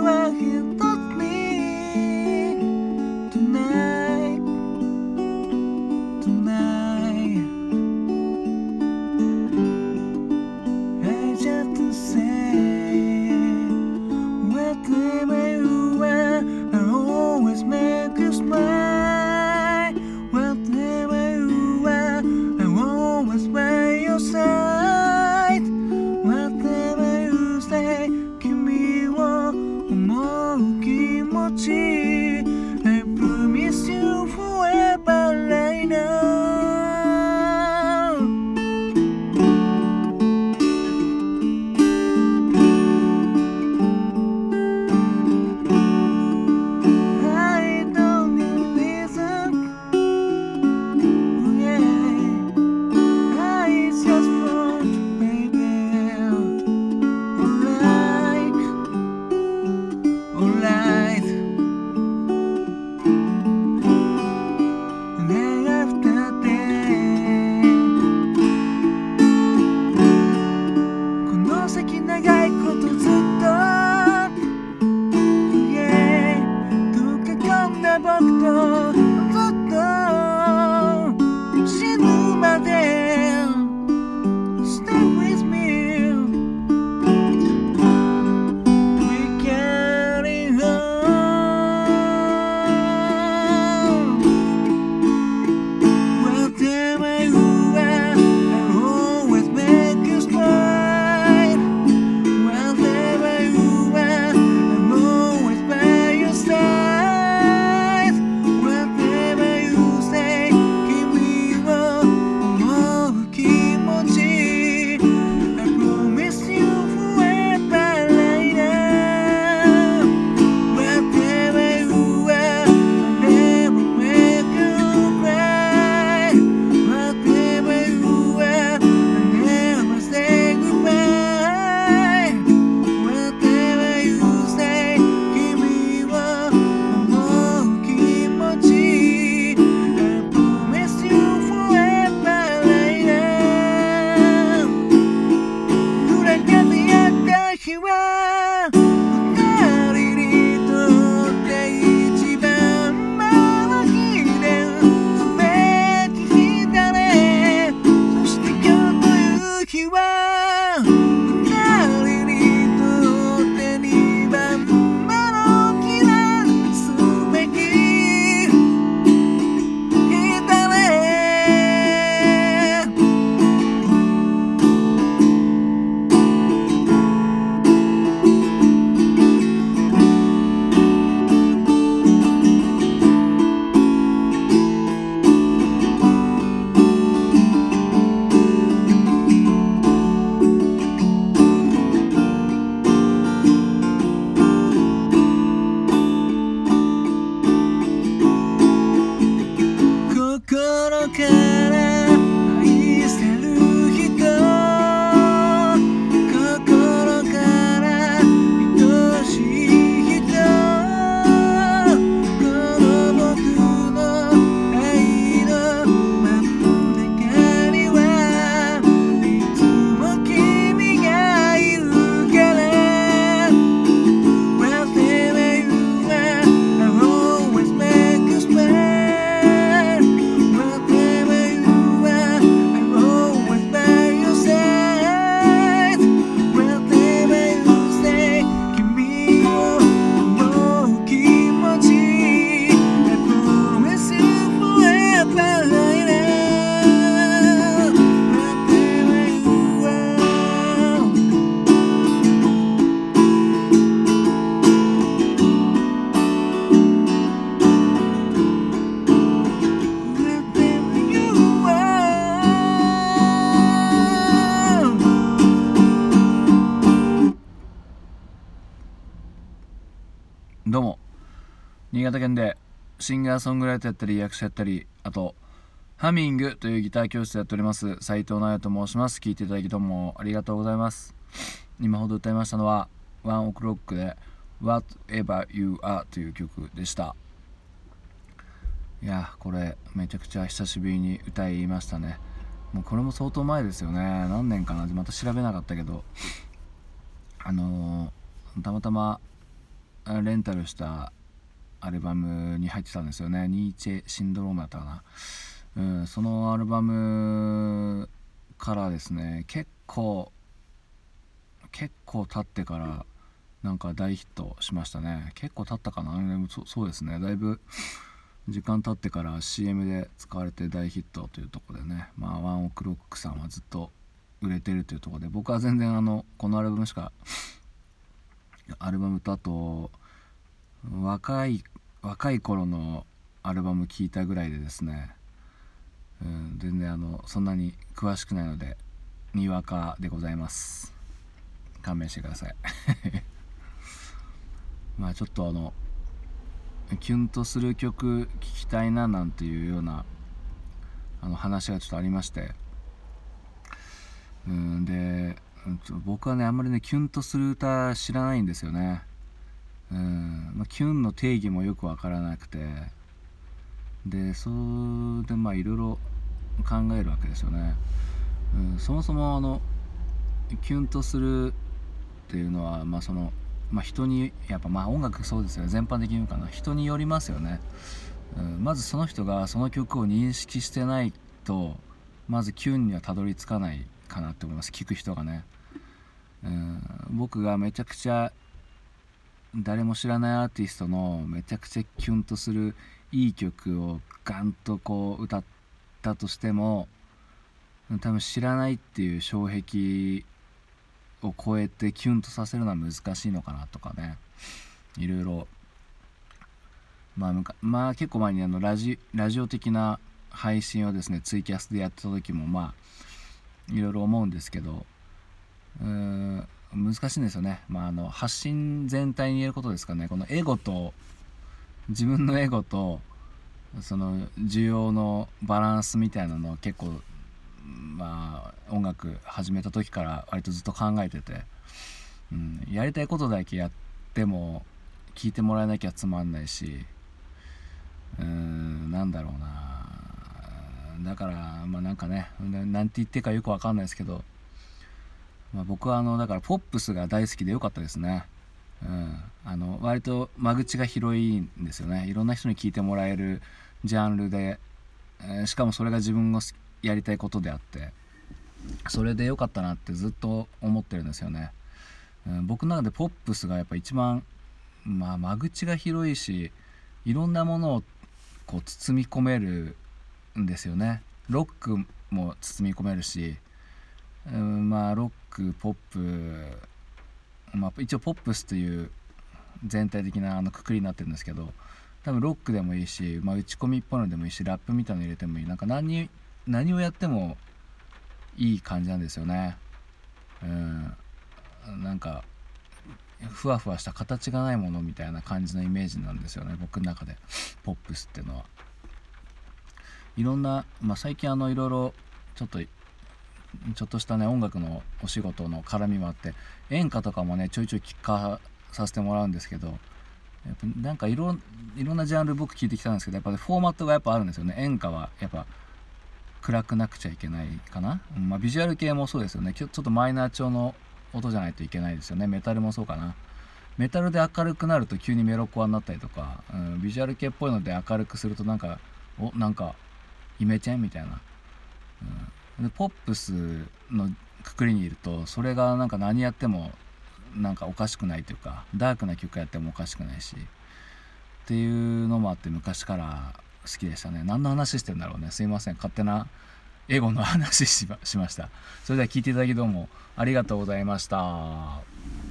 は一つに Tonight I just say whatever you are I always make you smile Whatever you are I always by your side Whatever you say 君を思う気持ち I promise you forever right now I don't need reason Yeah I just want you baby Alright Day after day この先長いことずっと Yeah 溶け込んだ僕とずっと死ぬまで Stay with me We carry on Whatever you are I always make you smile Whatever you are I'm always by your side Whatever you say 君を思う気持ち I promise you forever right now Whatever you are I never make you cry Whatever you are I never say goodbye Whatever you say 君を思う気持ち I promise you forever right now 暗がり合った日は二人にとって一番の日で全て日だねそして今日という日は二人にとって二番の日なんすべき日だね心から愛せる人心から愛しい人この僕の愛の真ん中にはいつも君がいるから Whatever you are I always make you smile Whatever you are I'm always by your side Whatever you say 君を思う気持ち I promise you forever right now Whatever you are Whatever you are どうも新潟県でシンガーソングライターやったり役者やったりあとハミングというギター教室やっております斉藤直也と申します。聴いていただきどうもありがとうございます。今ほど歌いましたのはワンオクロックで Whatever You Are という曲でした。いやこれめちゃくちゃ久しぶりに歌いましたね。もうこれも相当前ですよね。何年かな、また調べなかったけどたまたまレンタルしたアルバムに入ってたんですよね。ニーチェシンドロームだったかな。そのアルバムからですね、結構経ってからなんか大ヒットしましたね。結構経ったかな。でもそうですね、だいぶ時間経ってから CM で使われて大ヒットというところでね、ワンオクロックさんはずっと売れてるというところで、僕は全然このアルバムしか、アルバムとあと若い頃のアルバム聴いたぐらいでですね、全然そんなに詳しくないのでにわかでございます。勘弁してくださいちょっとキュンとする曲聴きたいななんていうような話がちょっとありまして、で僕はね、あんまりねキュンとする歌知らないんですよね。キュンの定義もよくわからなくて、でそれでいろいろ考えるわけですよね。そもそもキュンとするっていうのは人にやっぱ音楽そうですよ、全般的に言うかな、人によりますよね。まずその人がその曲を認識してないとまずキュンにはたどり着かないかなって思います、聴く人がね。僕がめちゃくちゃ誰も知らないアーティストのめちゃくちゃキュンとするいい曲をガンとこう歌ったとしても、多分知らないっていう障壁を超えてキュンとさせるのは難しいのかなとかね、いろいろ結構前にラジオ的な配信をですねツイキャスでやってた時もいろいろ思うんですけど、難しいんですよね。発信全体に言えることですかね。この自分のエゴとその需要のバランスみたいなのを結構音楽始めた時から割とずっと考えてて、やりたいことだけやっても聞いてもらえなきゃつまんないし、なんだろうな、だからなんかね、なんて言ってかよくわかんないですけど、僕はだからポップスが大好きでよかったですね。割と間口が広いんですよね。いろんな人に聞いてもらえるジャンルで、しかもそれが自分がやりたいことであって、それでよかったなってずっと思ってるんですよね。僕の中でポップスがやっぱ一番間口が広いし、いろんなものをこう包み込めるんですよね。ロックも包み込めるし、ロックポップ、一応ポップスという全体的なくくりになってるんですけど、多分ロックでもいいし、打ち込みっぽいのでもいいし、ラップみたいなの入れてもいい、なんか何をやってもいい感じなんですよね。なんかふわふわした形がないものみたいな感じのイメージなんですよね、僕の中でポップスっていうのは。いろんな、最近いろいろちょっとしたね音楽のお仕事の絡みもあって、演歌とかもねちょいちょい聞かさせてもらうんですけど、やっぱなんかいろんなジャンル僕聞いてきたんですけど、やっぱりフォーマットがやっぱあるんですよね。演歌はやっぱ暗くなくちゃいけないかな、ビジュアル系もそうですよね。ちょっとマイナー調の音じゃないといけないですよね。メタルもそうかな。メタルで明るくなると急にメロコアになったりとか、ビジュアル系っぽいので明るくするとなんかイメチェンみたいな、でポップスのくくりにいるとそれがなんか何やってもなんかおかしくないというか、ダークな曲やってもおかしくないしっていうのもあって、昔から好きでしたね。何の話してんだろうね、すいません、勝手なエゴの話しました。それでは聞いていただきどうもありがとうございました。